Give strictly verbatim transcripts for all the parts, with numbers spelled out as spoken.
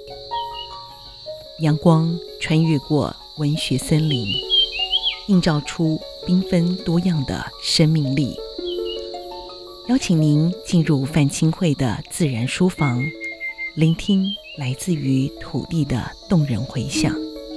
阳光穿越过文学森林，映照出缤纷多样的生命力。邀请您进入范清慧的自然书房，聆听来自于土地的动人回响。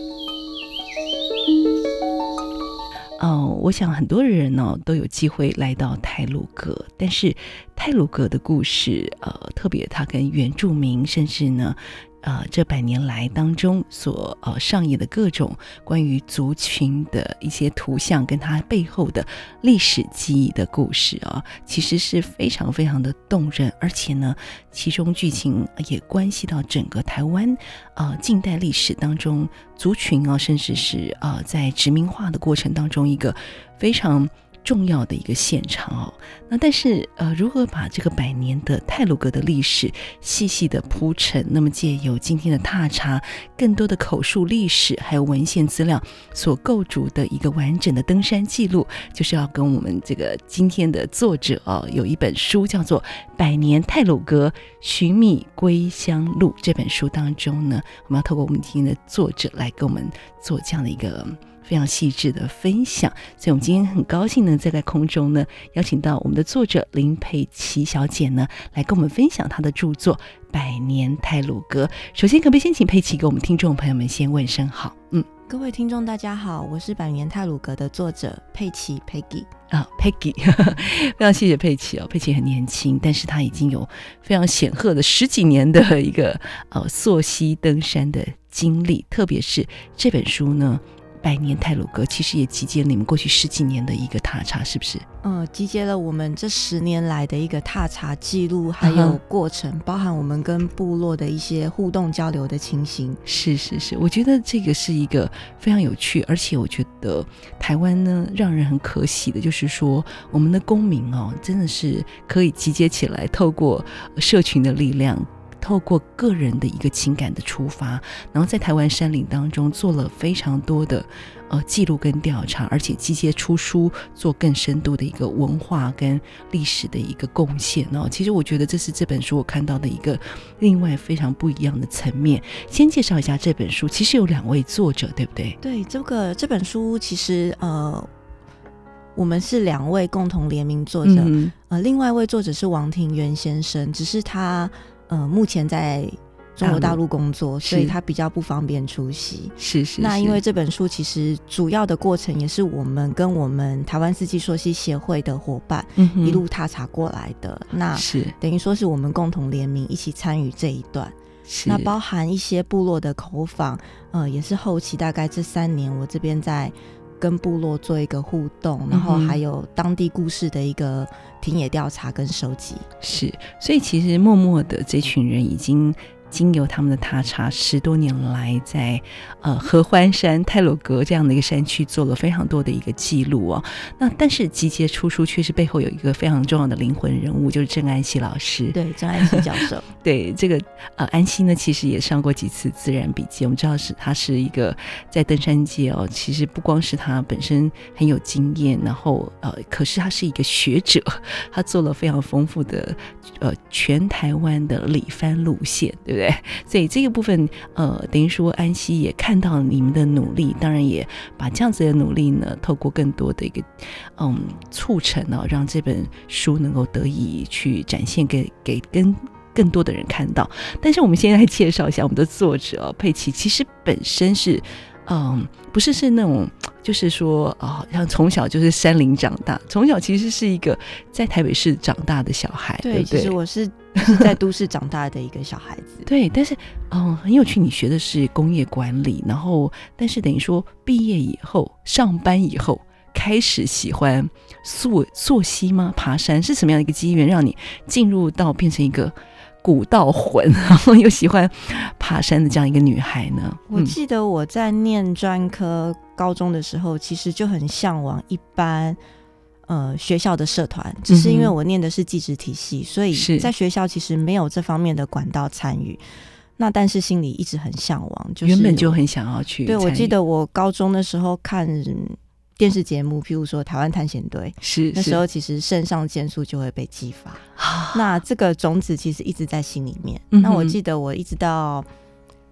哦，我想很多人呢、哦、都有机会来到太鲁阁，但是太鲁阁的故事，呃，特别它跟原住民，甚至呢，呃，这百年来当中所呃上演的各种关于族群的一些图像，跟它背后的历史记忆的故事啊，其实是非常非常的动人，而且呢，其中剧情也关系到整个台湾呃近代历史当中族群啊，甚至是呃在殖民化的过程当中一个非常重要的一个现场哦。那但是呃，如何把这个百年的太鲁阁的历史细细的铺陈，那么借由今天的踏查，更多的口述历史还有文献资料所构筑的一个完整的登山记录，就是要跟我们这个今天的作者哦，有一本书叫做《百年太鲁阁寻觅归乡路》。这本书当中呢，我们要透过我们今天的作者来跟我们做这样的一个非常细致的分享，所以我们今天很高兴呢，在在空中呢，邀请到我们的作者林佩琪小姐呢，来跟我们分享她的著作《百年太鲁阁》。首先，可不可以先请佩琪给我们听众朋友们先问声好？嗯， 各位听众大家好，我是《百年太鲁阁》的作者佩琪 Peggy 啊 Peggy 非常谢谢佩琪哦。佩琪很年轻，但是她已经有非常显赫的十几年的一个呃溯溪登山的经历，特别是这本书呢，百年太鲁阁其实也集结了你们过去十几年的一个踏查，是不是？ 呃，集结了我们这十年来的一个踏查记录，还有过程，嗯、包含我们跟部落的一些互动交流的情形。 是是是，我觉得这个是一个非常有趣，而且我觉得台湾呢，让人很可喜的就是说，我们的公民哦，真的是可以集结起来，透过社群的力量，透过个人的一个情感的出发，然后在台湾山林当中做了非常多的呃记录跟调查，而且集结出书，做更深度的一个文化跟历史的一个贡献哦。其实我觉得这是这本书我看到的一个另外非常不一样的层面。先介绍一下这本书，其实有两位作者，对不对？ 对，这个这本书其实呃。我们是两位共同联名作者，嗯、呃，另外一位作者是王庭元先生，只是他呃目前在中国大陆工作，所以他比较不方便出席。 是 是, 是。 那因为这本书其实主要的过程也是我们跟我们台湾四季溯溪协会的伙伴、嗯、一路踏查过来的，那是等于说是我们共同联名一起参与这一段。那包含一些部落的口访，呃，也是后期大概这三年我这边在跟部落做一个互动，然后还有当地故事的一个田野调查跟收集。 是，所以其实默默的这群人已经经由他们的踏查，十多年来在呃合欢山、太鲁阁这样的一个山区做了非常多的一个记录哦。那但是集结出书却是背后有一个非常重要的灵魂人物，就是郑安溪老师。 对，郑安溪教授。 对，这个呃安溪呢，其实也上过几次自然笔记。我们知道是他是一个在登山界哦，其实不光是他本身很有经验，然后呃，可是他是一个学者，他做了非常丰富的呃全台湾的里番路线，对不对？所以这个部分呃，等于说安溪也看到你们的努力，当然也把这样子的努力呢，透过更多的一个嗯促成哦，让这本书能够得以去展现给给跟更多的人看到。但是我们现在来介绍一下我们的作者哦，佩琪，其实本身是嗯，不是是那种就是说啊、哦，像从小就是山林长大，从小其实是一个在台北市长大的小孩， 对, 对不对？ 其实我是是在都市长大的一个小孩子。 对，但是嗯，很有趣，你学的是工业管理，然后但是等于说毕业以后上班以后开始喜欢溯溯溪吗？爬山是什么样的一个机缘让你进入到变成一个古道魂，然后又喜欢爬山的这样一个女孩呢？ 我记得我在念专科高中的时候，其实就很向往一般呃学校的社团，只是因为我念的是技职体系，所以在学校其实没有这方面的管道参与。那但是心里一直很向往，就是原本就很想要去。 对，我记得我高中的时候看电视节目，譬如说台湾探险队， 是那时候其实肾上腺素就会被激发，那这个种子其实一直在心里面、嗯、那我记得我一直到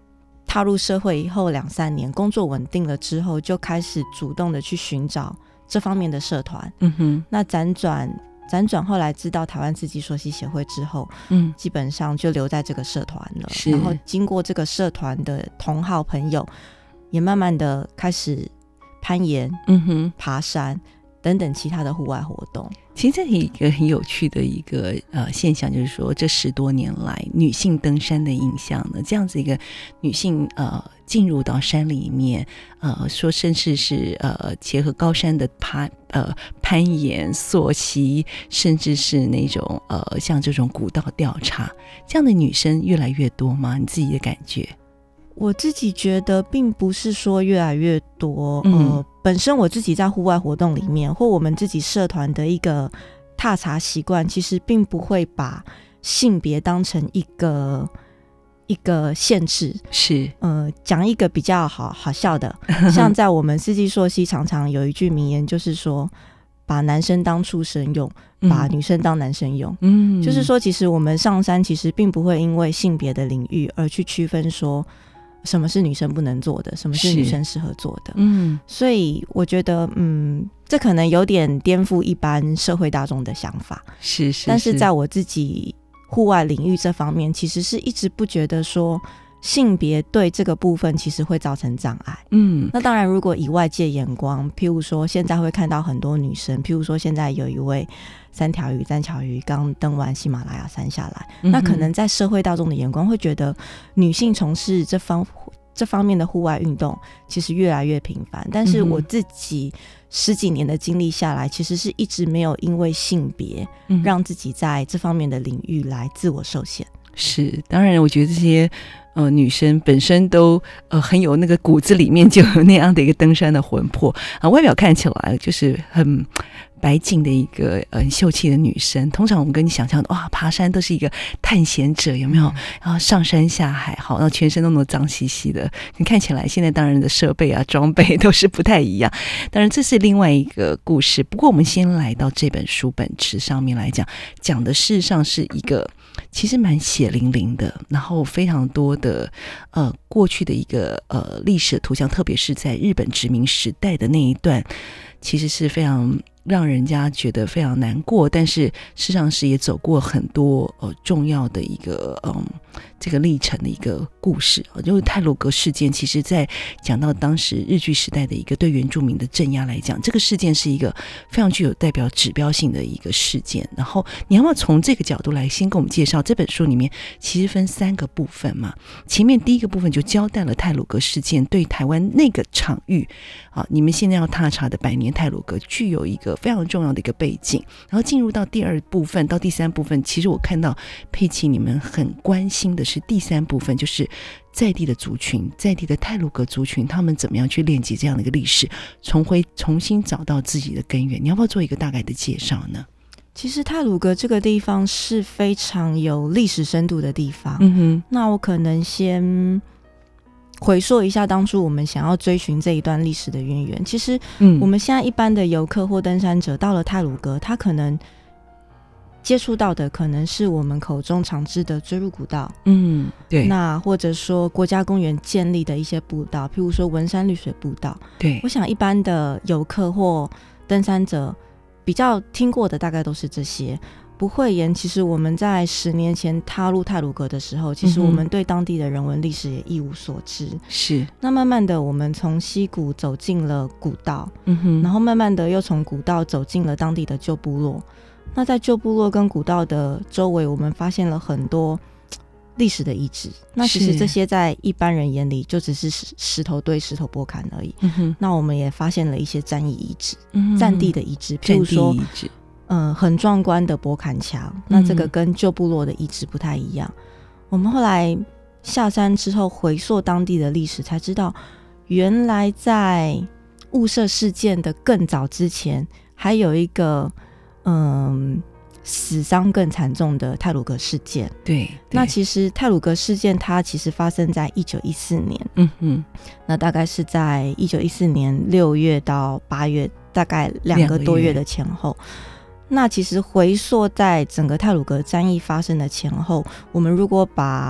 踏入社会以后两三年，工作稳定了之后，就开始主动的去寻找这方面的社团。嗯哼，那辗转辗转后来知道台湾四季说戏协会之后，嗯，基本上就留在这个社团了。然后经过这个社团的同好朋友，也慢慢的开始攀岩、嗯哼、爬山等等其他的户外活动。 其实这是一个很有趣的一个呃现象，就是说这十多年来女性登山的印象呢，这样子一个女性呃进入到山里面，呃说甚至是呃结合高山的爬呃攀岩、溯溪，甚至是那种呃像这种古道调查，这样的女生越来越多吗？你自己的感觉？ 我自己觉得并不是说越来越多，嗯、呃，本身我自己在户外活动里面，或我们自己社团的一个踏查习惯，其实并不会把性别当成一个一个限制。 是， 呃，讲一个比较好好笑的，像在我们四季溯溪常常有一句名言，就是说把男生当畜生用，把女生当男生用。嗯，就是说，其实我们上山其实并不会因为性别的领域而去区分说什么是女生不能做的，什么是女生适合做的。嗯，所以我觉得嗯这可能有点颠覆一般社会大众的想法。 是 是, 是但是在我自己户外领域这方面，其实是一直不觉得说性别对这个部分其实会造成障碍。嗯，那当然如果以外界眼光，譬如说现在会看到很多女生，譬如说现在有一位三条鱼詹巧鱼刚登完喜马拉雅山下来、嗯、那可能在社会大众的眼光会觉得女性从事这方这方面的户外运动其实越来越频繁，但是我自己十几年的经历下来，其实是一直没有因为性别让自己在这方面的领域来自我受限。 是，当然我觉得这些呃女生本身都呃很有那个骨子里面就有那样的一个登山的魂魄啊，外表看起来就是很白净的一个呃很秀气的女生。通常我们跟你想象的哇，爬山都是一个探险者，有没有？然后上山下海，好，然后全身都弄脏兮兮的。你看起来现在当然的设备啊装备都是不太一样，当然这是另外一个故事。不过我们先来到这本书本质上面来讲，讲的事实上是一个其实蛮血淋淋的，然后非常多的呃过去的一个呃历史的图像，特别是在日本殖民时代的那一段，其实是非常让人家觉得非常难过，但是事实上是也走过很多呃重要的一个嗯这个历程的一个故事。就是太鲁阁事件，其实在讲到当时日据时代的一个对原住民的镇压来讲，这个事件是一个非常具有代表指标性的一个事件。然后你要不要从这个角度来先跟我们介绍这本书里面其实分三个部分嘛？前面第一个部分就交代了太鲁阁事件对台湾那个场域啊，你们现在要踏查的百年太鲁阁具有一个非常重要的一个背景。然后进入到第二部分到第三部分，其实我看到佩奇你们很关心的是第三部分，就是在地的族群，在地的太鲁阁族群，他们怎么样去链接这样的一个历史，重回重新找到自己的根源。你要不要做一个大概的介绍呢？ 其实太鲁阁这个地方是非常有历史深度的地方。嗯哼，那我可能先回溯一下当初我们想要追寻这一段历史的渊源。其实我们现在一般的游客或登山者到了太鲁阁，他可能接触到的可能是我们口中常知的追入古道，嗯，对，那或者说国家公园建立的一些步道，譬如说文山绿水步道。对，我想一般的游客或登山者比较听过的大概都是这些。不讳言，其实我们在十年前踏入太鲁阁的时候，其实我们对当地的人文历史也一无所知。是，那慢慢的我们从溪谷走进了古道，嗯哼，然后慢慢的又从古道走进了当地的旧部落。那在旧部落跟古道的周围，我们发现了很多历史的遗址。那其实这些在一般人眼里就只是石头堆、石头剥砍而已。嗯、那我们也发现了一些战役遗址、嗯、战地的遗址，譬如说呃，很壮观的博坎墙，那这个跟旧部落的遗址不太一样。嗯、我们后来下山之后回溯当地的历史，才知道原来在雾社事件的更早之前，还有一个嗯死伤更惨重的太鲁阁事件。 对, 对，那其实太鲁阁事件它其实发生在一九一四年，嗯哼，那大概是在一九一四年六月到八月，大概两个多月的前后。那其实回溯在整个太鲁阁战役发生的前后，我们如果把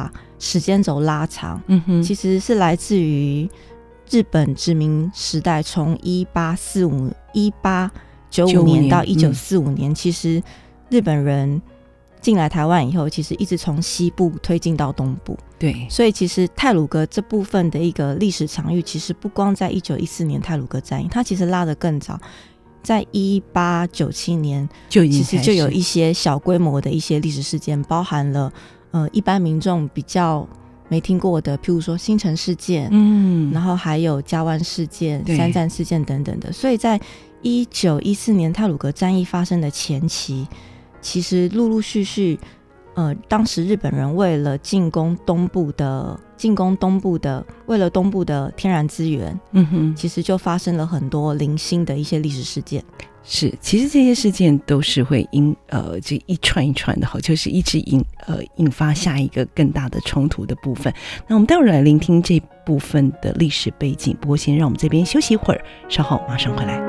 时间轴拉长， 嗯哼， 其实是来自于日本殖民时代，从一八四五、一八九五年到一九四五年、嗯，其实日本人进来台湾以后，其实一直从西部推进到东部。 对，所以其实太鲁阁这部分的一个历史场域，其实不光在一九一四年太鲁阁战役，它其实拉得更早，在一八九七年就其实就有一些小规模的一些历史事件，包含了呃一般民众比较没听过的，譬如说新城事件，嗯，然后还有嘉湾事件、三战事件等等的。所以在一九一四年太鲁阁战役发生的前期，其实陆陆续续呃，当时日本人为了进攻东部的进攻东部的为了东部的天然资源，嗯哼，其实就发生了很多零星的一些历史事件。 是，其实这些事件都是会引呃，这一串一串的，就是一直引呃引发下一个更大的冲突的部分。那我们待会儿来聆听这部分的历史背景，不过先让我们这边休息一会儿，稍后马上回来。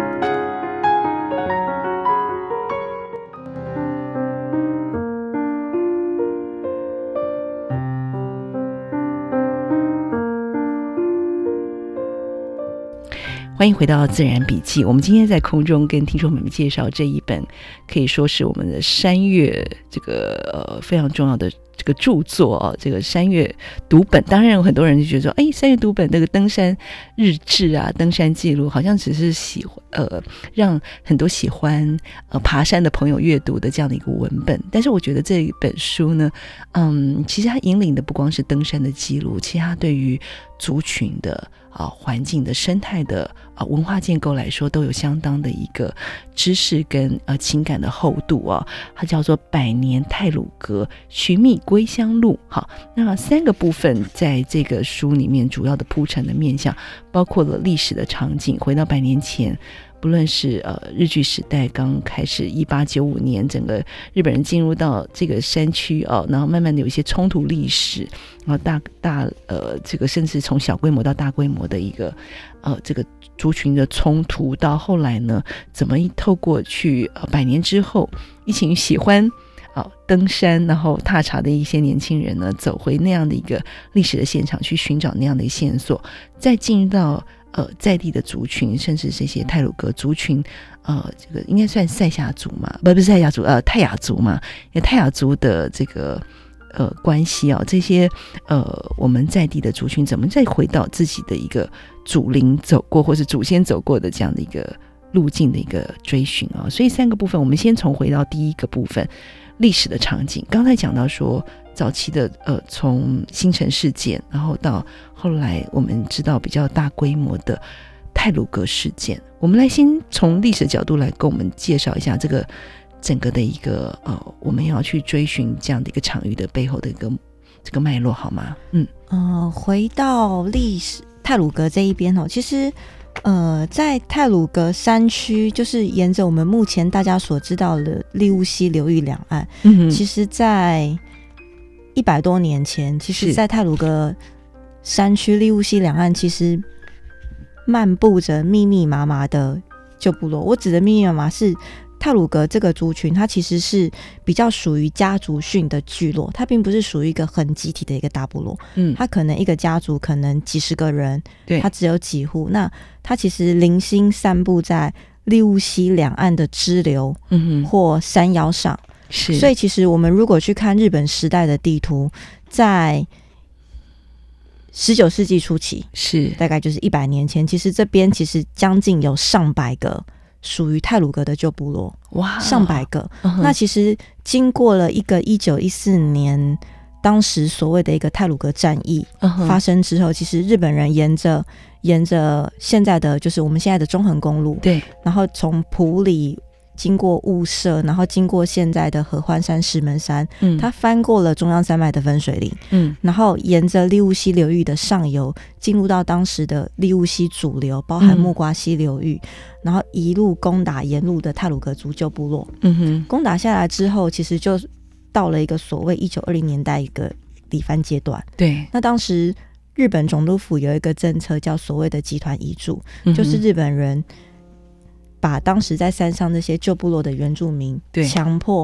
欢迎回到自然笔记，我们今天在空中跟听众朋友们介绍这一本可以说是我们的山岳这个呃非常重要的这个著作哦，这个山岳读本。当然有很多人就觉得说，哎，山岳读本这个登山日志啊，登山记录好像只是喜欢呃让很多喜欢呃爬山的朋友阅读的这样的一个文本。但是我觉得这一本书呢，嗯，其实它引领的不光是登山的记录，其实它对于族群的啊环境的生态的啊文化建构来说，都有相当的一个知识跟呃情感的厚度啊。它叫做《百年太鲁阁寻觅归乡路》。好，那三个部分在这个书里面主要的铺陈的面向，包括了历史的场景，回到百年前。不论是呃日据时代刚开始一八九五年，整个日本人进入到这个山区哦，然后慢慢的有一些冲突历史，然后大大呃这个甚至从小规模到大规模的一个呃这个族群的冲突，到后来呢，怎么透过去呃百年之后，一群喜欢啊登山然后踏查的一些年轻人呢，走回那样的一个历史的现场，去寻找那样的线索，再进入到呃，在地的族群，甚至这些太鲁阁族群，呃，这个应该算赛夏族嘛？不，不是赛夏族，呃，泰雅族嘛？因为泰雅族的这个呃关系啊，这些呃我们在地的族群怎么再回到自己的一个祖灵走过，或是祖先走过的这样的一个路径的一个追寻啊？所以三个部分，我们先从回到第一个部分，历史的场景。刚才讲到说。早期的呃，从新城事件，然后到后来我们知道比较大规模的太鲁阁事件，我们来先从历史角度来跟我们介绍一下这个整个的一个呃，我们要去追寻这样的一个场域的背后的一个这个脉络好吗？嗯， 呃，回到历史太鲁阁这一边哦，其实呃，在太鲁阁山区，就是沿着我们目前大家所知道的立雾溪流域两岸，嗯，其实在一百多年前，其实在太鲁阁山区立雾溪两岸，其实漫步着密密麻麻的旧部落。我指的密密麻麻是太鲁阁这个族群，它其实是比较属于家族训的聚落，它并不是属于一个很集体的一个大部落。嗯，它可能一个家族可能几十个人，对，它只有几户。那它其实零星散布在立雾溪两岸的支流，嗯，或山腰上。是，所以其实我们如果去看日本时代的地图，在十九世纪初期，是大概就是一百年前，其实这边其实将近有上百个属于太鲁阁的旧部落，哇，上百个。Uh-huh. 那其实经过了一个一九一四年，当时所谓的一个太鲁阁战役发生之后， uh-huh. 其实日本人沿着沿着现在的就是我们现在的中横公路，对，然后从埔里。经过雾社，然后经过现在的合欢山、石门山，嗯，它翻过了中央山脉的分水岭，嗯，然后沿着立雾溪流域的上游，进入到当时的立雾溪主流，包含木瓜溪流域，嗯，然后一路攻打沿路的太鲁阁族旧部落，嗯哼，攻打下来之后，其实就到了一个所谓一九二零年代一个理番阶段，对，那当时日本总督府有一个政策叫所谓的集团移住，嗯，就是日本人。把当时在山上那些旧部落的原住民强迫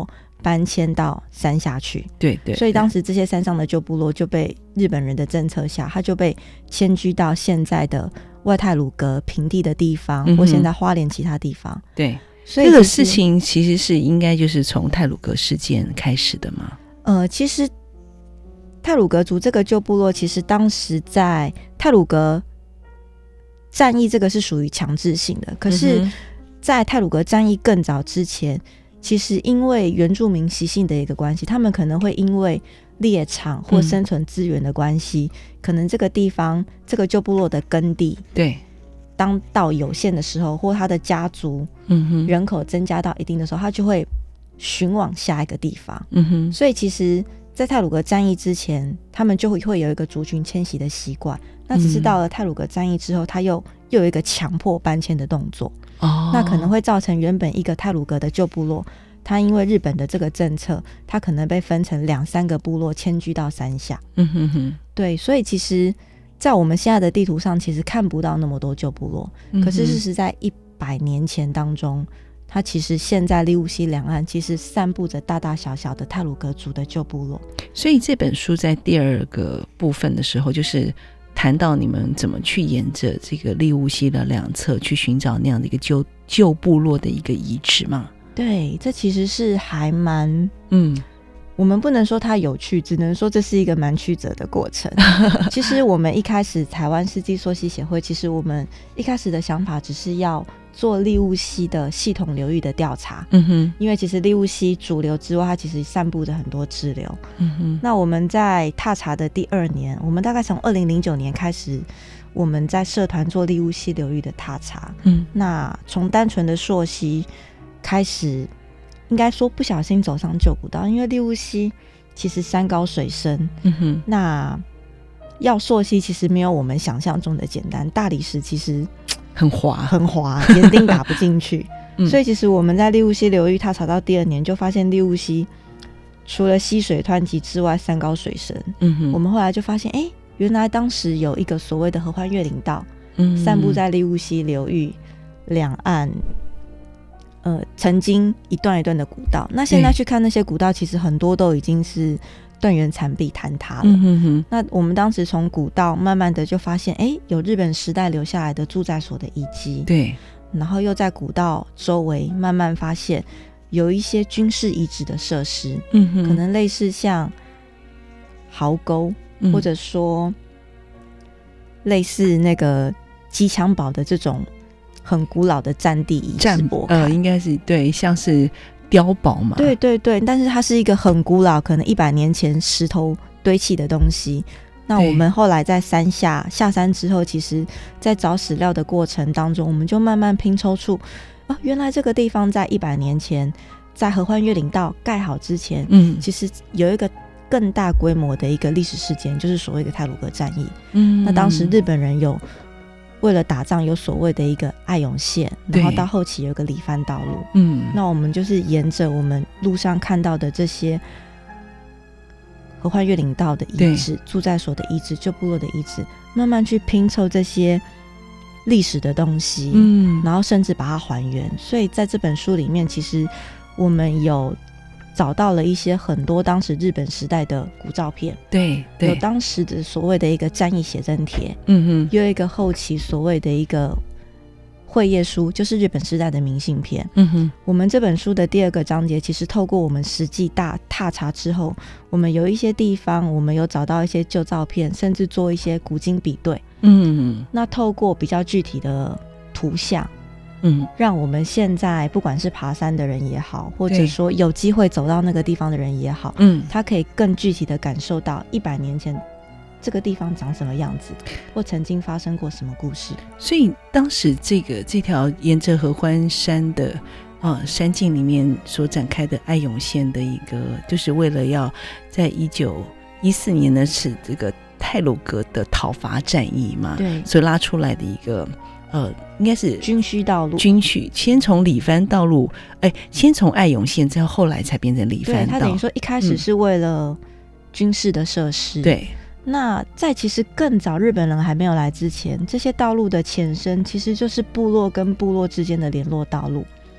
搬迁到山下去。 对 对, 对， 所以当时这些山上的旧部落就被日本人的政策下，他就被迁居到现在的外太鲁阁平地的地方、嗯、或现在花莲其他地方。 对，所以这个事情其实是应该就是从太鲁阁事件开始的吗？ 呃，其实太鲁阁族这个旧部落，其实当时在太鲁阁战役这个是属于强制性的，可是在太鲁阁战役更早之前，其实因为原住民习性的一个关系，他们可能会因为猎场或生存资源的关系、嗯、可能这个地方这个旧部落的耕地对当到有限的时候，或他的家族人口增加到一定的时候、嗯、他就会寻往下一个地方、嗯、哼，所以其实在太鲁阁战役之前，他们就会有一个族群迁徙的习惯，那只是到了太鲁阁战役之后，他又又有一个强迫搬迁的动作、哦、那可能会造成原本一个太鲁阁的旧部落，他因为日本的这个政策，他可能被分成两三个部落迁居到山下。嗯哼哼，对，所以其实在我们现在的地图上其实看不到那么多旧部落、嗯、可是事实在一百年前当中，它其实现在利乌西两岸其实散布着大大小小的太鲁阁族的旧部落。 所以这本书在第二个部分的时候，就是谈到你们怎么去沿着这个利乌西的两侧去寻找那样的一个旧旧部落的一个遗址嘛？ 对，这其实是还蛮嗯，我们不能说它有趣，只能说这是一个蛮曲折的过程。其实我们一开始台湾世纪溯溪协会，其实我们一开始的想法只是要做利乌西的系统流域的调查。嗯哼，因为其实利乌西主流之外，它其实散布着很多支流。嗯哼，那我们在踏查的第二年，我们大概从二零零九年开始，我们在社团做利乌西流域的踏查。嗯，那从单纯的溯溪开始，应该说不小心走上旧古道，因为利乌西其实山高水深。嗯哼，那要溯溪其实没有我们想象中的简单，大理石其实很滑很滑，岩钉打不进去、嗯、所以其实我们在利乌西流域踏查到第二年，就发现利乌西除了溪水湍急之外，山高水深。嗯哼，我们后来就发现，哎，原来当时有一个所谓的合欢越岭道、嗯、散布在利乌西流域两岸，呃，曾经一段一段的古道。那现在去看那些古道，其实很多都已经是断垣残壁坍塌了。嗯哼哼，那我们当时从古道慢慢的就发现，哎，有日本时代留下来的住宅所的遗迹。对，然后又在古道周围慢慢发现有一些军事遗址的设施。嗯哼，可能类似像壕沟、嗯、或者说类似那个机枪堡的这种很古老的战地遗址博呃，应该是对，像是碉堡嘛。 对对对，但是它是一个很古老，可能一百年前石头堆砌的东西。那我们后来在山下下山之后，其实在找史料的过程当中，我们就慢慢拼凑出啊，原来这个地方在一百年前，在合欢越岭道盖好之前，嗯，其实有一个更大规模的一个历史事件，就是所谓的太鲁阁战役。嗯，那当时日本人有为了打仗有所谓的一个爱永线，然后到后期有一个里番道路。嗯，那我们就是沿着我们路上看到的这些合欢越岭道的遗址、住宅所的遗址、旧部落的遗址，慢慢去拼凑这些历史的东西。嗯，然后甚至把它还原。所以在这本书里面，其实我们有找到了一些很多当时日本时代的古照片。对对，有当时的所谓的一个战役写真帖。嗯哼，又有一个后期所谓的一个会页书，就是日本时代的明信片。嗯哼，我们这本书的第二个章节，其实透过我们实际大踏查之后，我们有一些地方我们有找到一些旧照片，甚至做一些古今比对。嗯哼，那透过比较具体的图像，嗯，让我们现在不管是爬山的人也好，或者说有机会走到那个地方的人也好，嗯，他可以更具体的感受到一百年前这个地方长什么样子，或曾经发生过什么故事。 所以当时这个这条沿着合欢山的呃山径里面所展开的爱永线的一个，就是为了要在一九一四年呢是这个太鲁阁的讨伐战役嘛，对，所以拉出来的一个呃，应该是军需道路， 军需先从里番道路，哎，先从爱永线，再后来才变成里番道。 对，他等于说一开始是为了军事的设施。嗯，对。那在其实更早日本人还没有来之前，这些道路的前身其实就是部落跟部落之间的联络道路。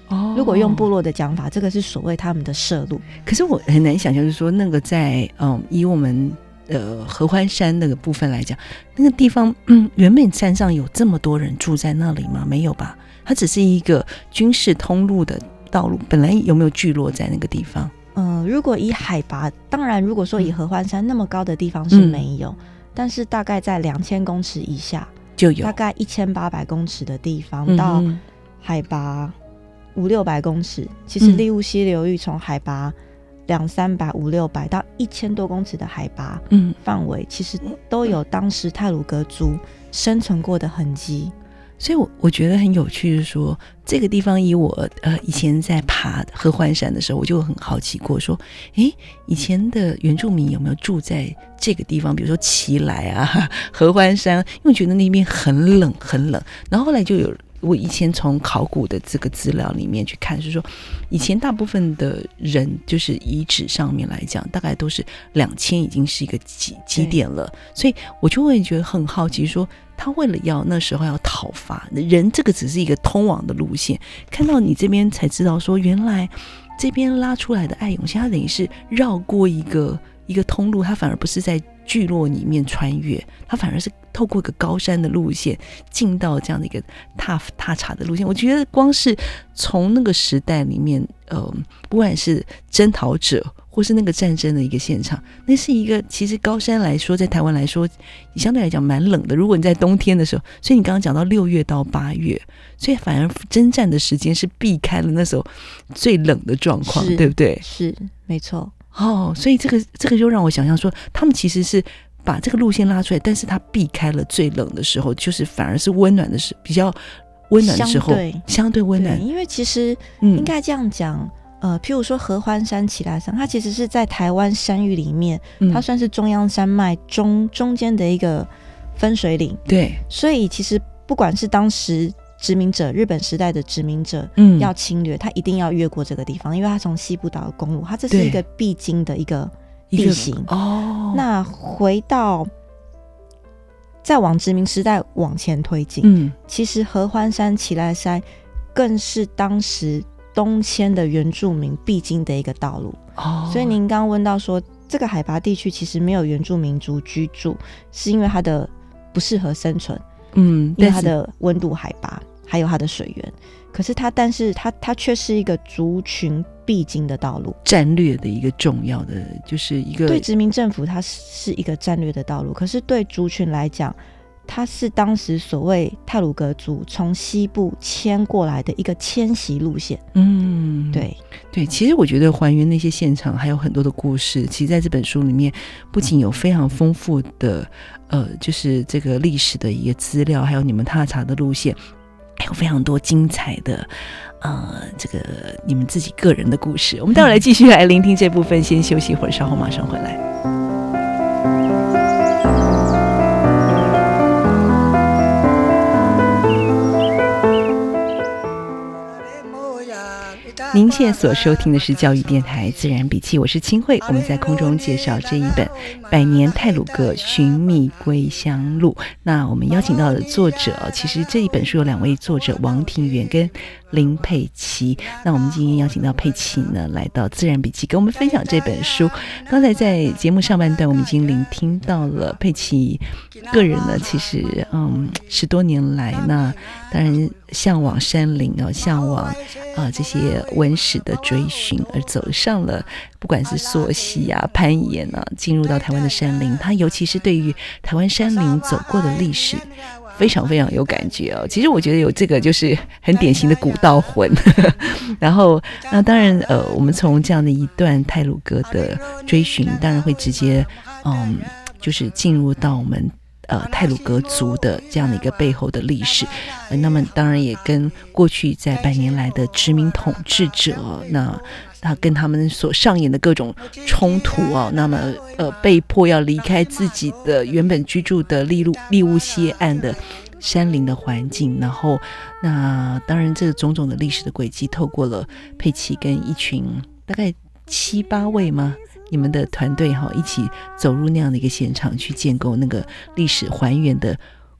哦，如果用部落的讲法，这个是所谓他们的社路。 可是我很难想象，就是说那个在嗯，以我们呃合欢山那个部分来讲，那个地方嗯，原本山上有这么多人住在那里吗？没有吧？它只是一个军事通路的道路，本来有没有聚落在那个地方？ 嗯、呃，如果以海拔，当然如果说以合欢山那么高的地方是没有，嗯、但是大概在两千公尺以下就有， 大概一千八百公尺的地方、嗯、到海拔五六百公尺，其实利乌溪流域从海拔两三百五六百到一千多公尺的海拔范围、嗯，其实都有当时太鲁阁族生存过的痕迹。 所以我，我觉得很有趣是说，这个地方以我呃以前在爬合欢山的时候，我就很好奇过说，诶，以前的原住民有没有住在这个地方？比如说奇莱啊、合欢山，因为我觉得那边很冷很冷。然后后来就有我以前从考古的这个资料里面去看，是说以前大部分的人就是遗址上面来讲，大概都是两千已经是一个基基点了，所以我就会觉得很好奇说。他为了要那时候要讨伐人，这个只是一个通往的路线，看到你这边才知道说原来这边拉出来的爱永线，它等于是绕过一个一个通路，它反而不是在聚落里面穿越，它反而是透过一个高山的路线进到这样的一个踏踏查的路线。我觉得光是从那个时代里面呃，不管是征讨者或是那个战争的一个现场，那是一个其实高山来说在台湾来说相对来讲蛮冷的，如果你在冬天的时候，所以你刚刚讲到六月到八月，所以反而征战的时间是避开了那时候最冷的状况，对不对？ 是没错哦，所以这个这个就让我想象说他们其实是把这个路线拉出来，但是他避开了最冷的时候，就是反而是温暖的时比较温暖的时候， 相对相对温暖。 因为其实应该这样讲、嗯、呃，譬如说合欢山、奇莱山，它其实是在台湾山域里面、嗯、它算是中央山脉中中间的一个分水岭。 对， 所以其实不管是当时殖民者日本时代的殖民者要侵略、嗯、他一定要越过这个地方，因为他从西部岛的公路，它这是一个必经的一个地形。哦，那回到再往殖民时代往前推进，嗯，其实合欢山、奇莱山更是当时东迁的原住民必经的一个道路。哦，所以您刚刚问到说这个海拔地区其实没有原住民族居住，是因为它的不适合生存，嗯，因为它的温度、海拔还有它的水源。可是它，但是它它却是一个族群必经的道路， 战略的一个重要的，就是一个对殖民政府它是一个战略的道路，可是对族群来讲，它是当时所谓太鲁阁族从西部迁过来的一个迁徙路线。嗯，对对，其实我觉得还原那些现场还有很多的故事，其实在这本书里面不仅有非常丰富的呃，就是这个历史的一个资料，还有你们踏查的路线，还有非常多精彩的呃，这个你们自己个人的故事。我们待会来继续来聆听这部分，先休息一会儿，稍后马上回来。您现在所收听的是教育电台自然笔记，我是清慧。我们在空中介绍这一本《百年太鲁阁寻觅归乡路》。那我们邀请到的作者，其实这一本书有两位作者，王庭元跟林佩琪。那我们今天邀请到佩琪呢，来到自然笔记跟我们分享这本书。刚才在节目上半段，我们已经聆听到了佩琪个人呢，其实嗯，十多年来，那当然向往山林啊，向往啊、呃、这些文史的追寻，而走上了不管是溯溪啊、攀岩啊，进入到台湾的山林。他尤其是对于台湾山林走过的历史非常非常有感觉哦。其实我觉得有这个就是很典型的古道魂然后那当然呃，我们从这样的一段太鲁阁的追寻，当然会直接嗯，就是进入到我们呃太鲁阁族的这样的一个背后的历史、呃、那么当然也跟过去在百年来的殖民统治者，那他跟他们所上演的各种冲突啊，那么呃被迫要离开自己的原本居住的利路利乌溪岸的山林的环境，然后那当然这个种种的历史的轨迹，透过了佩琪跟一群大概七八位吗？你们的团队哈一起走入那样的一个现场，去建构那个历史还原的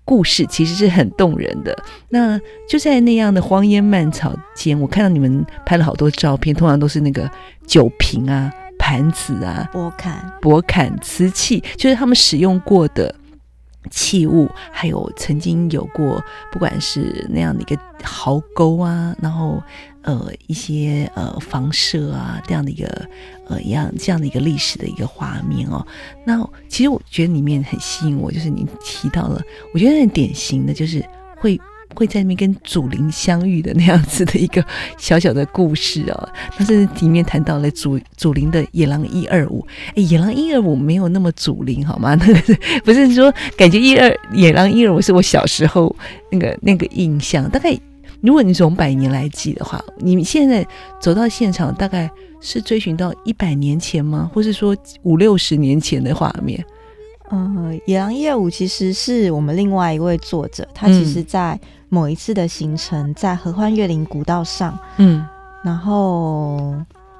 故事其实是很动人的。那就在那样的荒烟蔓草间，我看到你们拍了好多照片，通常都是那个酒瓶啊、盘子啊、 拨坎、 拨坎、瓷器，就是他们使用过的器物，还有曾经有过不管是那样的一个壕沟啊，然后呃一些呃房舍啊这样的一个呃一样这样的一个历史的一个画面哦。那其实我觉得里面很吸引我，就是你提到了，我觉得很典型的就是会会在那边跟祖灵相遇的那样子的一个小小的故事哦。但是里面谈到了祖祖灵的野狼一二五，哎，野狼一二五没有那么祖灵好吗？那个不是说感觉一二野狼一二五是我小时候那个那个印象。大概如果你从百年来计的话，你现在走到现场，大概是追寻到一百年前吗？或是说五六十年前的画面？ 嗯，野狼一二五其实是我们另外一位作者，他其实在某一次的行程，在合欢越岭古道上，嗯，然后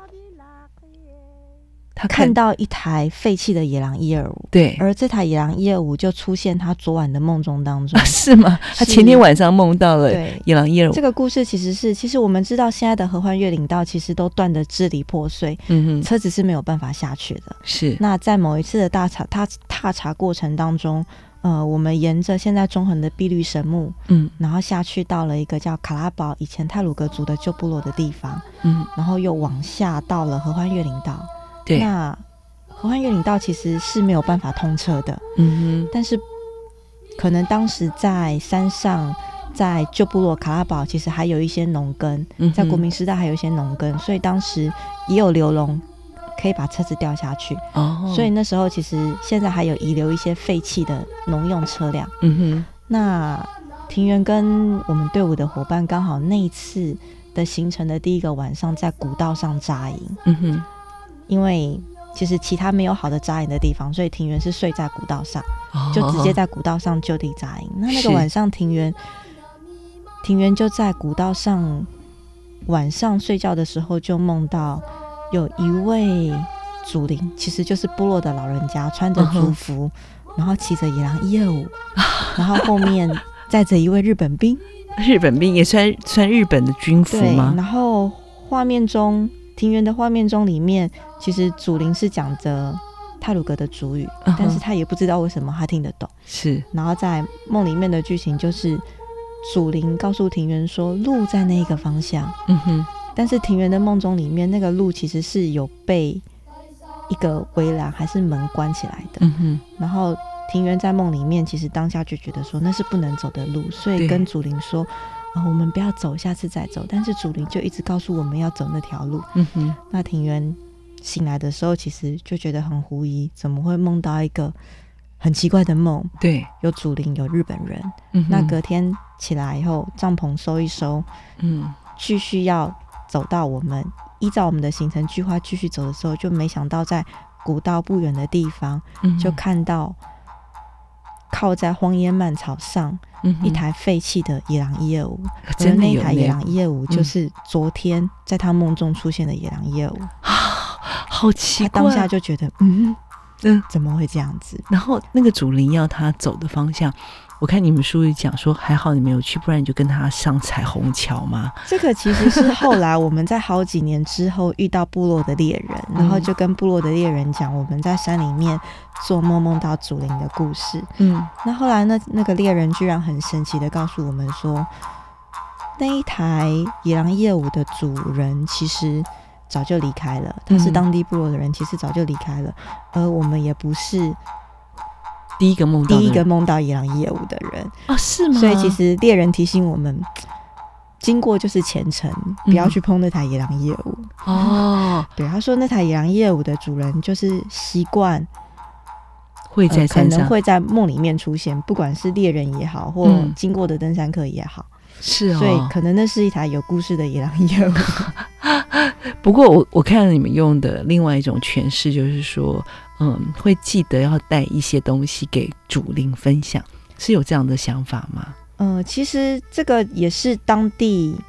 他看到一台废弃的野狼一二五， 对， 而这台野狼一二五就出现他昨晚的梦中当中， 啊、是吗？他前天晚上梦到了野狼一二五。 这个故事其实是，其实我们知道现在的合欢越岭道其实都断得支离破碎，嗯哼，车子是没有办法下去的。 是， 那在某一次的大查踏踏查过程当中，呃，我们沿着现在中横的碧绿神木，嗯，然后下去到了一个叫卡拉堡以前太鲁阁族的旧部落的地方，嗯，然后又往下到了合欢越岭道。对，那合欢越岭道其实是没有办法通车的，嗯哼，但是可能当时在山上，在旧部落卡拉堡，其实还有一些农耕，嗯、在国民时代还有一些农耕，所以当时也有流笼可以把车子掉下去，哦，所以那时候其实现在还有遗留一些废弃的农用车辆，嗯哼，那庭园跟我们队伍的伙伴刚好那一次的行程的第一个晚上在古道上扎营，嗯哼。因为其实其他没有好的扎营的地方，所以庭园是睡在古道上，哦，就直接在古道上就地扎营。那那个晚上庭园庭园就在古道上，晚上睡觉的时候就梦到有一位祖灵，其实就是部落的老人家，穿着族服，哦，然后骑着野狼一二五，然后后面载着一位日本兵， 日本兵也穿穿日本的军服吗？ 对，然后画面中庭园的画面中里面，其实祖灵是讲着太鲁阁的族语，uh-huh. 但是他也不知道为什么他听得懂。 是， 然后在梦里面的剧情就是祖灵告诉庭园说路在那一个方向，嗯哼，但是庭园的梦中里面那个路其实是有被一个围栏还是门关起来的，嗯哼，然后庭园在梦里面其实当下就觉得说那是不能走的路，所以跟祖灵说哦，我们不要走，下次再走。但是祖灵就一直告诉我们要走那条路。嗯哼，那庭园醒来的时候，其实就觉得很狐疑，怎么会梦到一个很奇怪的梦？ 对， 有祖灵，有日本人。嗯，那隔天起来以后，帐篷收一收，嗯，继续要走到我们依照我们的行程计划继续走的时候，就没想到在古道不远的地方，嗯，就看到靠在荒烟蔓草上。嗯、一台废弃的野狼一二五，而那一台野狼一二五就是昨天在他梦中出现的野狼一二五， 好奇怪！ 他当下就觉得，嗯嗯，怎么会这样子？ 然后那个祖灵要他走的方向，我看你们书里讲说，还好你没有去，不然你就跟他上彩虹桥嘛。 这个其实是后来我们在好几年之后遇到部落的猎人，嗯、然后就跟部落的猎人讲我们在山里面做梦梦到祖灵的故事。嗯，那后来那那个猎人居然很神奇的告诉我们说，那一台野狼一二五的主人其实早就离开了，他是当地部落的人，其实早就离开了，而我们也不是第一个梦到第一个梦到野狼一二五的人哦，是吗？ 所以其实猎人提醒我们，经过就是前程，不要去碰那台野狼一二五哦。对，他说那台野狼一二五的主人就是习惯会在山上、呃、 可能会在梦里面出现，不管是猎人也好，或经过的登山客也好。 是哦， 所以可能那是一台有故事的野狼一二五。 不过我我看了你们用的另外一种诠释，就是说，嗯，会记得要带一些东西给祖灵分享，是有这样的想法吗？ 呃，其实这个也是当地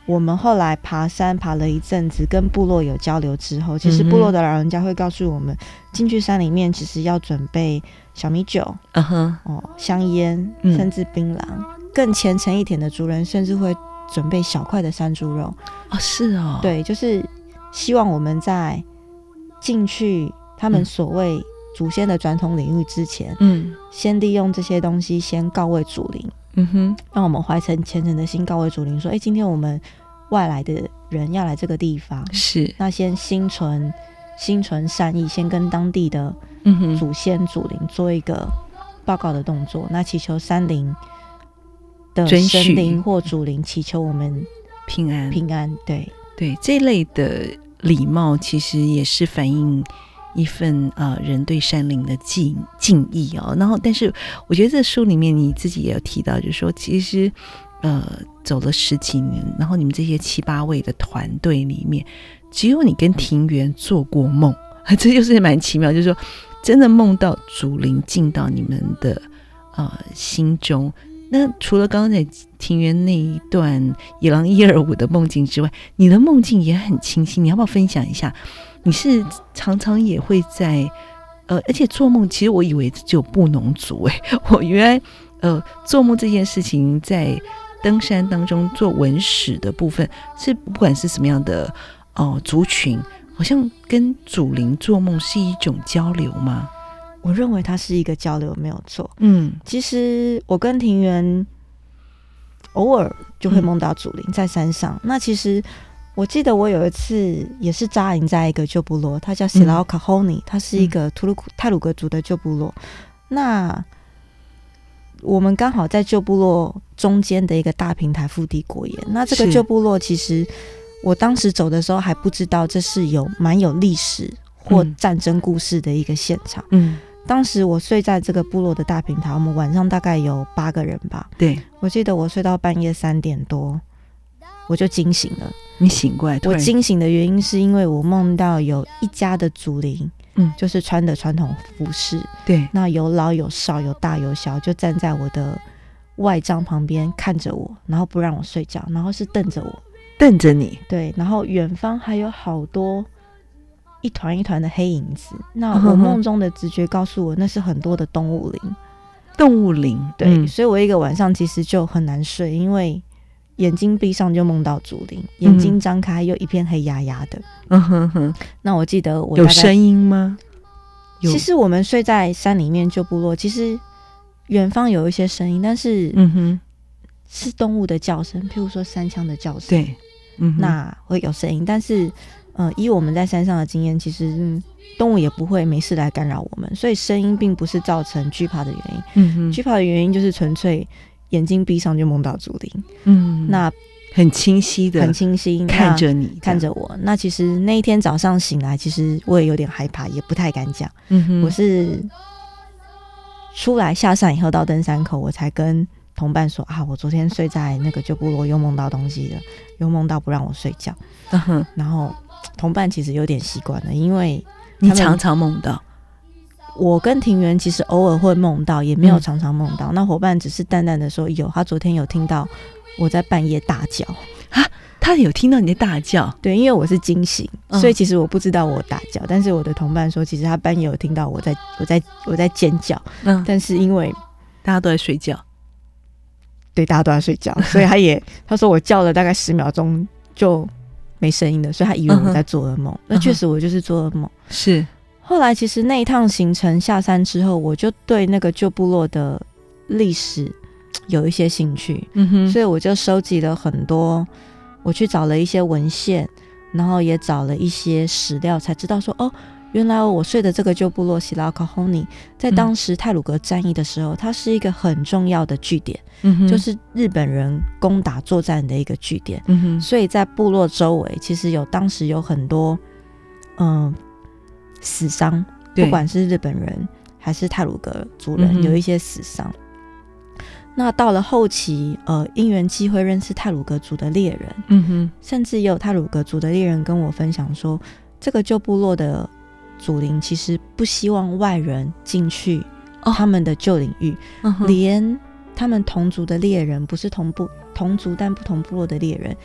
我们后来爬山爬了一阵子，跟部落有交流之后，其实部落的老人家会告诉我们，进去山里面其实要准备小米酒、uh-huh. 哦、香烟，甚至槟榔、嗯。更虔诚一点的族人甚至会准备小块的山猪肉。 哦，是哦， 对，就是希望我们在进去他们所谓祖先的传统领域之前，嗯，先利用这些东西先告慰祖灵，嗯哼，让我们怀成虔诚的心告慰祖灵，说，哎、欸，今天我们外来的人要来这个地方， 是， 那先心存心存善意，先跟当地的祖先祖灵做一个报告的动作，那祈求山灵的神灵或祖灵，祈求我们平安平安。对对，这类的礼貌其实也是反映一份呃人对山林的敬敬意哦。然后，但是我觉得这书里面你自己也有提到，就是说其实呃走了十几年，然后你们这些七八位的团队里面，只有你跟庭园做过梦，这就是蛮奇妙，就是说真的梦到祖灵进到你们的呃心中。那除了刚刚在庭园那一段野狼一二五的梦境之外，你的梦境也很清晰，你要不要分享一下？你是常常也会在呃，而且做梦，其实我以为只有布农族哎，我原来呃做梦这件事情在登山当中做文史的部分，是不管是什么样的哦、呃、族群，好像跟祖灵做梦是一种交流吗？ 我认为它是一个交流，没有错。嗯，其实我跟庭园偶尔就会梦到祖灵在山上、嗯。那其实我记得我有一次也是扎营在一个旧部落，它叫西劳卡霍尼，它是一个图鲁太鲁阁族的旧部落。那我们刚好在旧部落中间的一个大平台腹地过夜。那这个旧部落其实我当时走的时候还不知道这是有蛮有历史或战争故事的一个现场。嗯。当时我睡在这个部落的大平台，我们晚上大概有八个人吧。 对， 我记得我睡到半夜三点多，我就惊醒了。 你醒过来？ 我惊醒的原因是因为我梦到有一家的祖灵，嗯，就是穿的传统服饰， 对， 那有老有少，有大有小，就站在我的外帐旁边看着我，然后不让我睡觉，然后是瞪着我， 瞪着你。 对，然后远方还有好多。一团一团的黑影子，那我梦中的直觉告诉我，那是很多的动物灵。 动物灵， 对、嗯，所以我一个晚上其实就很难睡，因为眼睛闭上就梦到祖灵，眼睛张开又一片黑压压的。嗯哼哼。那我记得我有声音吗？ 其实我们睡在山里面旧部落，其实远方有一些声音，但是嗯哼，是动物的叫声，譬如说山羌的叫声。 对，嗯， 那会有声音，但是。呃，以我们在山上的经验，其实、嗯、动物也不会没事来干扰我们，所以声音并不是造成惧怕的原因。嗯哼，惧怕的原因就是纯粹眼睛闭上就梦到祖灵。嗯，那很清晰的， 很清晰看着你， 看着我。那其实那一天早上醒来，其实我也有点害怕，也不太敢讲。嗯哼，我是出来下山以后到登山口，我才跟同伴说啊，我昨天睡在那个旧部落又梦到东西了，又梦到不让我睡觉。嗯哼，然后。同伴其实有点习惯了，因为你常常梦到。 我跟庭园其实偶尔会梦到，也没有常常梦到、嗯、那伙伴只是淡淡的说有，他昨天有听到我在半夜大叫啊，他有听到你的大叫。 对，因为我是惊醒、嗯、所以其实我不知道我大叫，但是我的同伴说其实他半夜有听到我在我在我在尖叫。嗯，但是因为大家都在睡觉， 对，大家都在睡觉，所以他也他说我叫了大概十秒钟就没声音的，所以他以为我在做噩梦、uh-huh. 那确实我就是做噩梦。 是后来其实那一趟行程下山之后，我就对那个旧部落的历史有一些兴趣、嗯哼，所以我就收集了很多，我去找了一些文献，然后也找了一些史料，才知道说哦，原来我睡的这个旧部落西拉卡霍尼在当时太鲁阁战役的时候、嗯、它是一个很重要的据点、嗯、就是日本人攻打作战的一个据点、嗯、所以在部落周围其实有当时有很多嗯、呃、死伤，不管是日本人还是太鲁阁族人、嗯、有一些死伤。那到了后期呃，因缘机会认识太鲁阁族的猎人、嗯哼，甚至也有太鲁阁族的猎人跟我分享说，这个旧部落的祖灵其实不希望外人进去他们的旧领域、哦嗯、连他们同族的猎人，不是同部同族但不同部落的猎人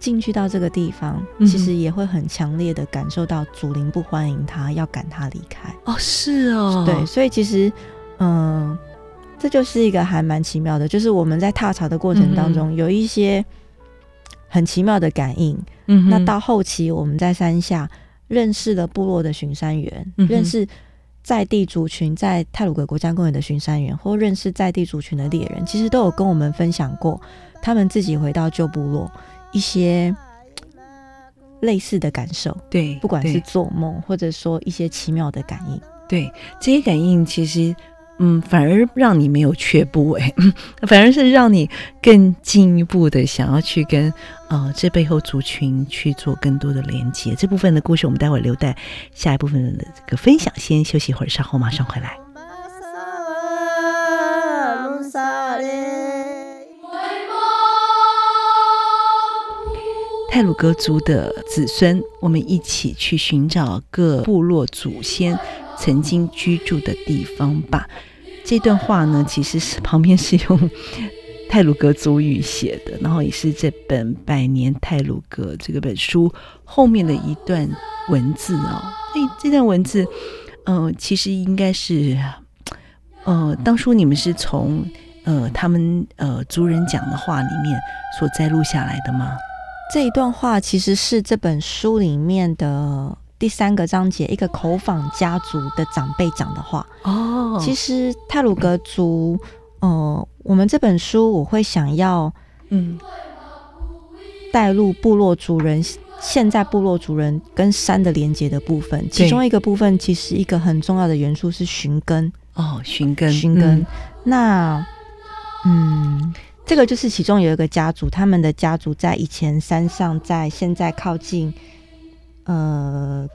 进去到这个地方、嗯、其实也会很强烈的感受到祖灵不欢迎他，要赶他离开。 哦，是哦， 对，所以其实嗯、呃，这就是一个还蛮奇妙的，就是我们在踏查的过程当中、嗯、有一些很奇妙的感应、嗯、那到后期我们在山下认识了部落的巡山员、嗯、认识在地族群在太鲁阁国家公园的巡山员，或认识在地族群的猎人，其实都有跟我们分享过他们自己回到旧部落一些类似的感受。 对， 不管是做梦或者说一些奇妙的感应。 对，这些感应其实嗯，反而让你没有却步哎，反而是让你更进一步的想要去跟呃这背后族群去做更多的连接。这部分的故事我们待会儿留待下一部分的这个分享，先休息一会儿，稍后马上回来。太鲁阁族的子孙，我们一起去寻找各部落祖先曾经居住的地方吧。这段话呢，其实是旁边是用太鲁阁族语写的，然后也是这本《百年太鲁阁》这个本书后面的一段文字哦。所以这段文字，呃，其实应该是，呃，当初你们是从呃他们呃族人讲的话里面所摘录下来的吗？ 这一段话其实是这本书里面的第三个章节，一个口访家族的长辈讲的话。哦，其实太鲁阁族，呃，我们这本书我会想要，嗯，带入部落族人，现在部落族人跟山的连结的部分。其中一个部分，其实一个很重要的元素是寻根。哦， 寻根， 寻根。嗯、那，嗯。这个就是其中有一个家族，他们的家族在以前山上，在现在靠近呃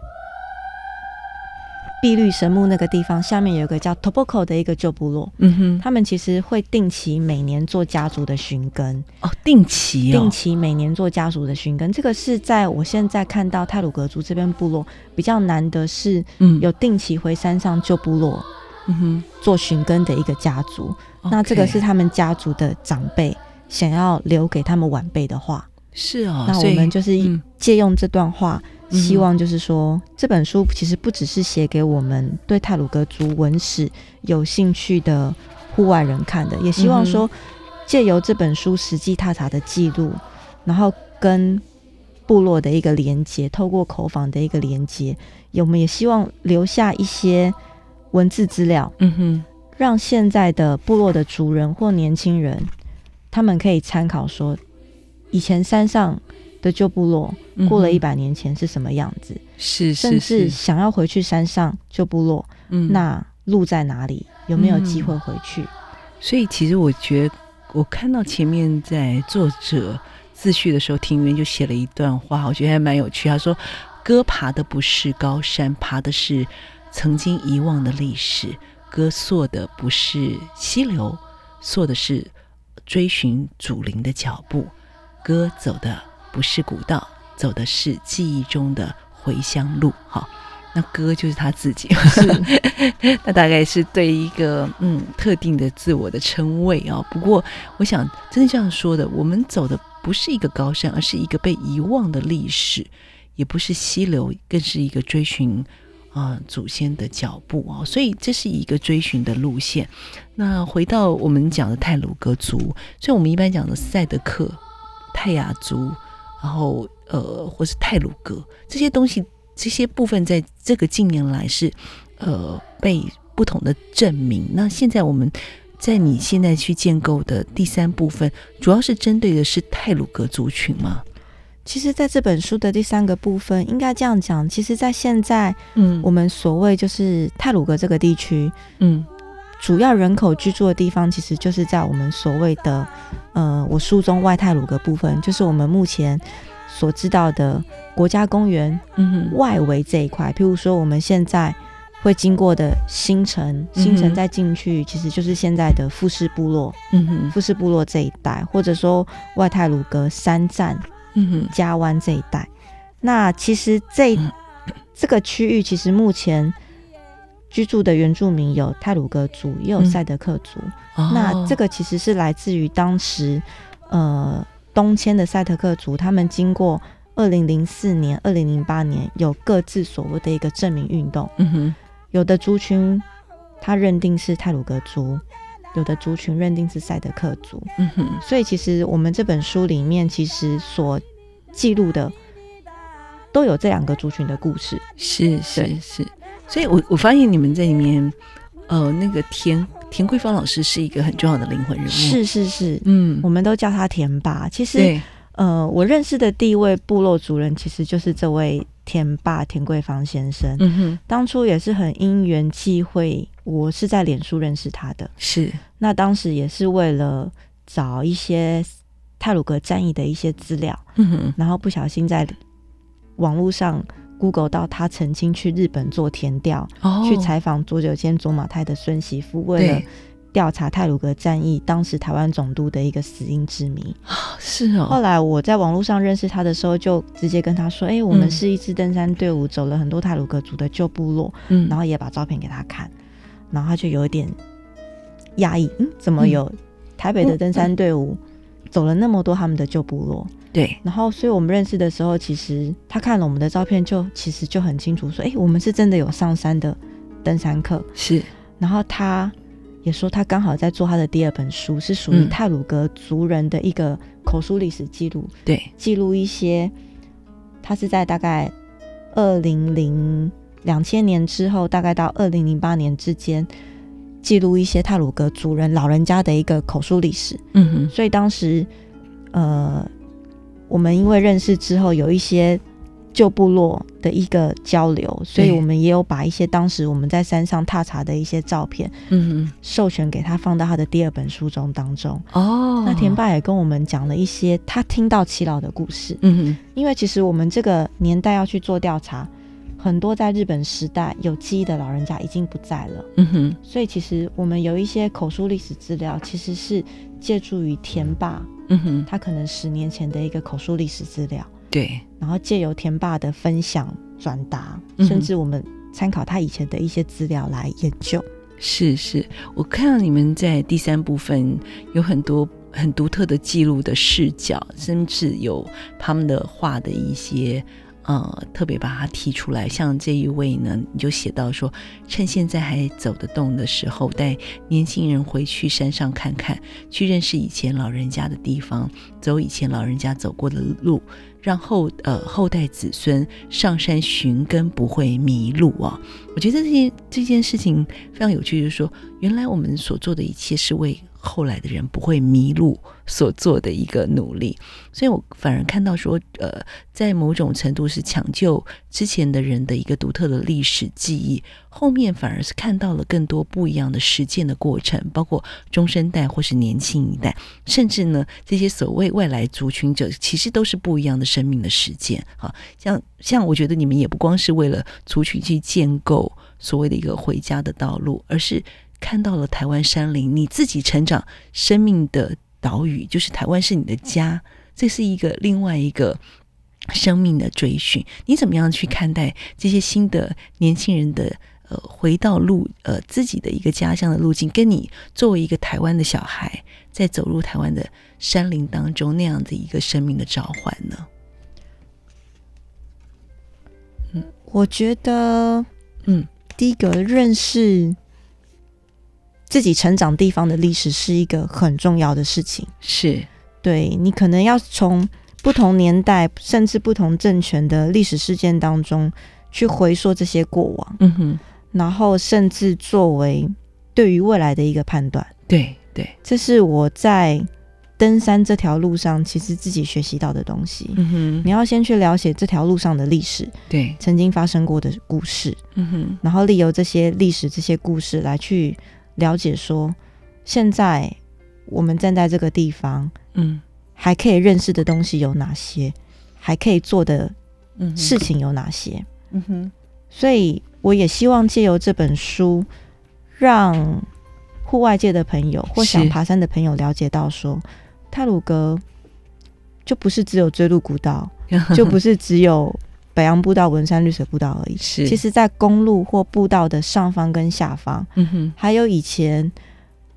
碧绿神木那个地方，下面有一个叫 Toboko 的一个旧部落。嗯哼，他们其实会定期每年做家族的寻根。 哦，定期哦， 定期每年做家族的寻根，这个是在我现在看到太鲁阁族这边部落比较难的是，嗯，有定期回山上旧部落。嗯哼，做寻根的一个家族， okay. 那这个是他们家族的长辈想要留给他们晚辈的话。 是哦， 那我们就是借用这段话、嗯、希望就是说这本书其实不只是写给我们对太鲁阁族文史有兴趣的户外人看的，也希望说借由这本书实际踏查的记录，然后跟部落的一个连结，透过口访的一个连结，我们也希望留下一些文字资料，嗯哼，让现在的部落的族人或年轻人，他们可以参考说，以前山上的旧部落过了一百年前是什么样子， 是、嗯、 甚至想要回去山上旧部落，嗯，那路在哪里？有没有机会回去？嗯、 所以其实我觉得，我看到前面在作者自序的时候，庭园就写了一段话，我觉得还蛮有趣。他说：“哥爬的不是高山，爬的是曾经遗忘的历史，歌溯的不是溪流，溯的是追寻祖灵的脚步，歌走的不是古道，走的是记忆中的回乡路。”好，那歌就是他自己，那大概是对一个嗯特定的自我的称谓啊。不过我想真的这样说的，我们走的不是一个高山，而是一个被遗忘的历史，也不是溪流，更是一个追寻啊，祖先的脚步啊，所以这是一个追寻的路线。那回到我们讲的太鲁阁族，所以我们一般讲的赛德克、泰雅族，然后呃，或是太鲁阁这些东西，这些部分在这个近年来是呃被不同的证明。那现在我们在你现在去建构的第三部分，主要是针对的是太鲁阁族群吗？ 其实在这本书的第三个部分应该这样讲，其实在现在嗯，我们所谓就是太鲁阁这个地区嗯，主要人口居住的地方其实就是在我们所谓的呃，我书中外太鲁阁部分，就是我们目前所知道的国家公园嗯外围这一块，譬如说我们现在会经过的新城，新城再进去其实就是现在的富士部落嗯哼，富士部落这一带，或者说外太鲁阁山站嘉湾这一带。那其实这、嗯、这个区域其实目前居住的原住民有太鲁阁族也有赛德克族、嗯、那这个其实是来自于当时呃东迁的赛德克族，他们经过二零零四年、二零零八年有各自所谓的一个证明运动。嗯哼，有的族群他认定是太鲁阁族，有的族群认定是赛德克族。嗯哼，所以其实我们这本书里面其实所记录的都有这两个族群的故事。 是是是，所以我我发现你们在里面，呃，那个田田桂芳老师是一个很重要的灵魂人物。 是是是，嗯，我们都叫他田爸。其实，呃，我认识的第一位部落族人，其实就是这位田爸田桂芳先生。嗯哼，当初也是很因缘际会，我是在脸书认识他的。 是， 那当时也是为了找一些太鲁阁战役的一些资料，嗯哼，然后不小心在网络上 Google 到他曾经去日本做田调，哦，去采访佐久间佐马太的孙媳妇，为了调查太鲁阁战役当时台湾总督的一个死因之谜。 是哦。 后来我在网络上认识他的时候，就直接跟他说：“哎、欸，我们是一支登山队伍，走了很多太鲁阁族的旧部落。”嗯，然后也把照片给他看，然后他就有一点压抑，嗯，怎么有台北的登山队伍走了那么多他们的旧部落？ 对， 然后所以我们认识的时候，其实他看了我们的照片就其实就很清楚说，哎，我们是真的有上山的登山客。 是， 然后他也说他刚好在做他的第二本书，是属于太鲁阁族人的一个口述历史记录。 对， 记录一些他是在大概二零零两千年之后，大概到二零零八年之间，记录一些太鲁阁族人老人家的一个口述历史。嗯哼，所以当时呃。我们因为认识之后有一些旧部落的一个交流，所以我们也有把一些当时我们在山上踏查的一些照片，嗯，授权给他放到他的第二本书中当中。哦，那田爸也跟我们讲了一些他听到耆老的故事。嗯，因为其实我们这个年代要去做调查，很多在日本时代有记忆的老人家已经不在了。嗯哼，所以其实我们有一些口述历史资料，其实是借助于田爸。嗯哼，他可能十年前的一个口述历史资料， 对， 然后借由田爸的分享转达，嗯，甚至我们参考他以前的一些资料来研究。 是是，我看到你们在第三部分有很多很独特的记录的视角，甚至有他们的画的一些呃，特别把它提出来。像这一位呢，你就写到说，趁现在还走得动的时候，带年轻人回去山上看看，去认识以前老人家的地方，走以前老人家走过的路，让后呃后代子孙上山寻根不会迷路啊。我觉得这件这件事情非常有趣，就是说，原来我们所做的一切是为后来的人不会迷路所做的一个努力。所以我反而看到说，呃，在某种程度是抢救之前的人的一个独特的历史记忆，后面反而是看到了更多不一样的实践的过程，包括中生代或是年轻一代，甚至呢，这些所谓外来族群者，其实都是不一样的生命的实践。好，像像我觉得你们也不光是为了族群去建构所谓的一个回家的道路，而是看到了台湾山林，你自己成长生命的岛屿，就是台湾是你的家，这是一个另外一个生命的追寻。你怎么样去看待这些新的年轻人的呃回到路呃自己的一个家乡的路径，跟你作为一个台湾的小孩在走入台湾的山林当中那样的一个生命的召唤呢？ 嗯，我觉得嗯，第一个认识自己成长地方的历史是一个很重要的事情。 是， 对，你可能要从不同年代甚至不同政权的历史事件当中去回溯这些过往，嗯哼，然后甚至作为对于未来的一个判断。 对对， 这是我在登山这条路上其实自己学习到的东西。嗯哼，你要先去了解这条路上的历史， 对， 曾经发生过的故事，嗯哼，然后利用这些历史这些故事来去了解说，现在我们站在这个地方，嗯，还可以认识的东西有哪些，还可以做的事情有哪些。嗯哼，所以我也希望借由这本书，让户外界的朋友或想爬山的朋友了解到说，太鲁阁就不是只有追鹿古道，就不是只有北洋步道、文山绿水步道而已。是，其实在公路或步道的上方跟下方，嗯哼，还有以前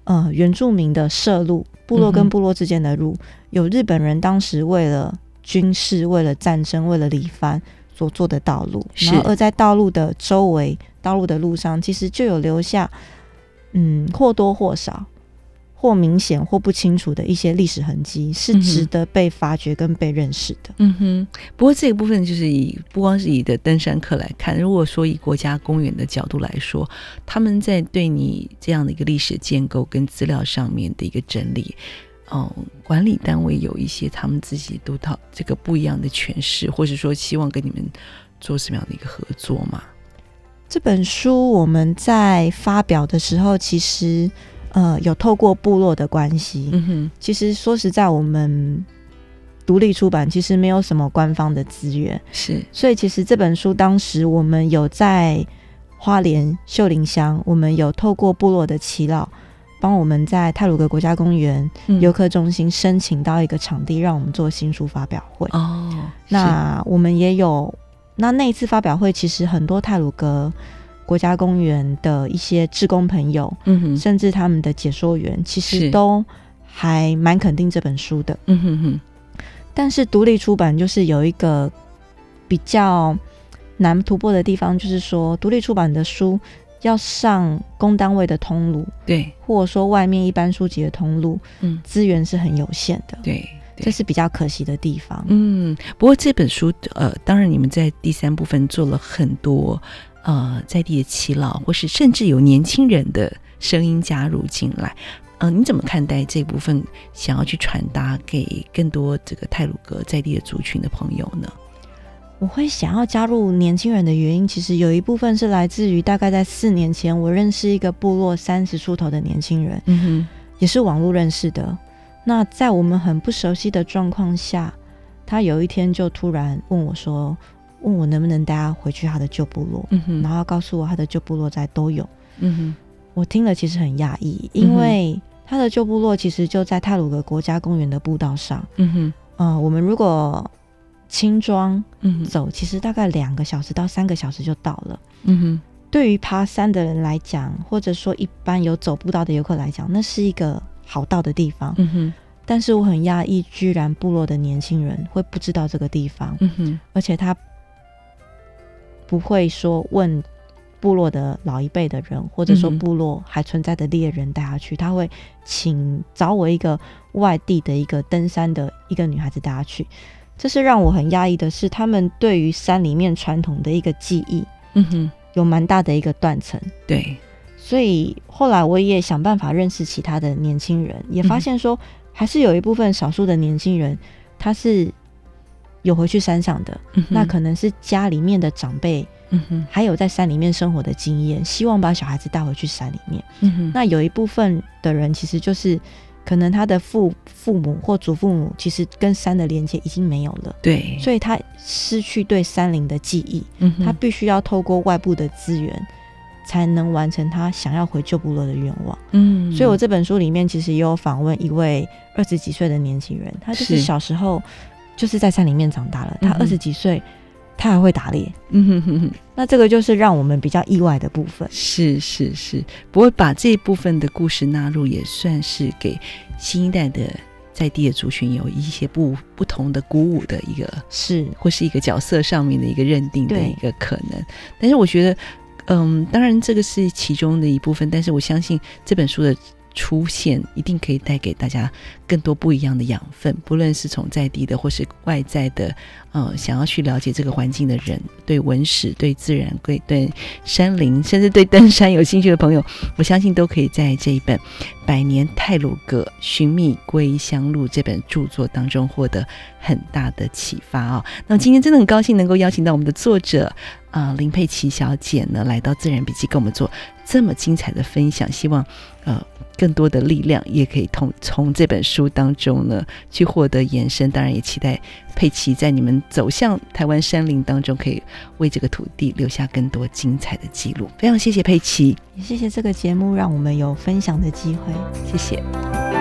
呃原住民的涉路，部落跟部落之间的路、嗯、有日本人当时为了军事、为了战争、为了理番所做的道路，然后而在道路的周围、道路的路上，其实就有留下嗯或多或少、或明显或不清楚的一些历史痕迹，是值得被发掘跟被认识的。 嗯哼，不过这个部分就是以不光是以的登山客来看，如果说以国家公园的角度来说，他们在对你这样的一个历史建构跟资料上面的一个整理，嗯，管理单位有一些他们自己都套这个不一样的诠释，或是说希望跟你们做什么样的一个合作吗？ 这本书我们在发表的时候，其实呃，有透过部落的关系、嗯、哼，其实说实在，我们独立出版其实没有什么官方的资源， 是， 所以其实这本书当时我们有在花莲秀林乡，我们有透过部落的耆老帮我们在太鲁阁国家公园游客中心申请到一个场地，让我们做新书发表会。哦，那我们也有，那那一次发表会其实很多太鲁阁国家公园的一些志工朋友、嗯、甚至他们的解说员其实都还蛮肯定这本书的。嗯哼哼，但是独立出版就是有一个比较难突破的地方，就是说独立出版的书要上公单位的通路， 对， 或者说外面一般书籍的通路，嗯，资源是很有限的， 对， 这是比较可惜的地方。 嗯，不过这本书呃，当然你们在第三部分做了很多呃在地的耆老，或是甚至有年轻人的声音加入进来。呃，你怎么看待这部分想要去传达给更多这个太鲁阁在地的族群的朋友呢？ 我会想要加入年轻人的原因，其实有一部分是来自于大概在四年前，我认识一个部落三十出头的年轻人，嗯哼，也是网络认识的。那在我们很不熟悉的状况下，他有一天就突然问我说，问我能不能带他回去他的旧部落，嗯哼，然后告诉我他的旧部落在都有，嗯哼，我听了其实很讶异，因为他的旧部落其实就在太鲁阁国家公园的步道上，嗯哼，呃，我们如果轻装走、嗯、其实大概两个小时到三个小时就到了，嗯哼，对于爬山的人来讲，或者说一般有走步道的游客来讲，那是一个好到的地方，嗯哼，但是我很讶异，居然部落的年轻人会不知道这个地方，嗯哼，而且他不会说问部落的老一辈的人，或者说部落还存在的猎人带他去，他会请找我一个外地的一个登山的一个女孩子带他去。这是让我很压抑的是，他们对于山里面传统的一个记忆，嗯哼，有蛮大的一个断层。对，所以后来我也想办法认识其他的年轻人，也发现说，还是有一部分少数的年轻人，他是有回去山上的，嗯、那可能是家里面的长辈，嗯哼，还有在山里面生活的经验，希望把小孩子带回去山里面。嗯哼，那有一部分的人其实就是可能他的父父母或祖父母其实跟山的连接已经没有了，对，所以他失去对山林的记忆，嗯、他必须要透过外部的资源才能完成他想要回旧部落的愿望。嗯，所以我这本书里面其实也有访问一位二十几岁的年轻人，他就是小时候就是在山里面长大了，他二十几岁他还会打猎，嗯哼哼哼，那这个就是让我们比较意外的部分。是是是，不过把这一部分的故事纳入，也算是给新一代的在地的族群有一些不不同的鼓舞的一个是，或是一个角色上面的一个认定的一个可能。但是我觉得，嗯，当然这个是其中的一部分，但是我相信这本书的出现一定可以带给大家更多不一样的养分，不论是从在地的或是外在的呃，想要去了解这个环境的人，对文史、对自然、对对山林，甚至对登山有兴趣的朋友，我相信都可以在这一本《百年太鲁阁寻觅归乡路》这本著作当中获得很大的启发哦。那么今天真的很高兴能够邀请到我们的作者啊、呃、林佩琪小姐呢，来到自然笔记跟我们做这么精彩的分享，希望呃更多的力量也可以从从这本书当中呢去获得延伸。当然也期待佩琪在你们走向台湾山林当中，可以为这个土地留下更多精彩的记录。非常谢谢佩琪，也谢谢这个节目让我们有分享的机会，谢谢。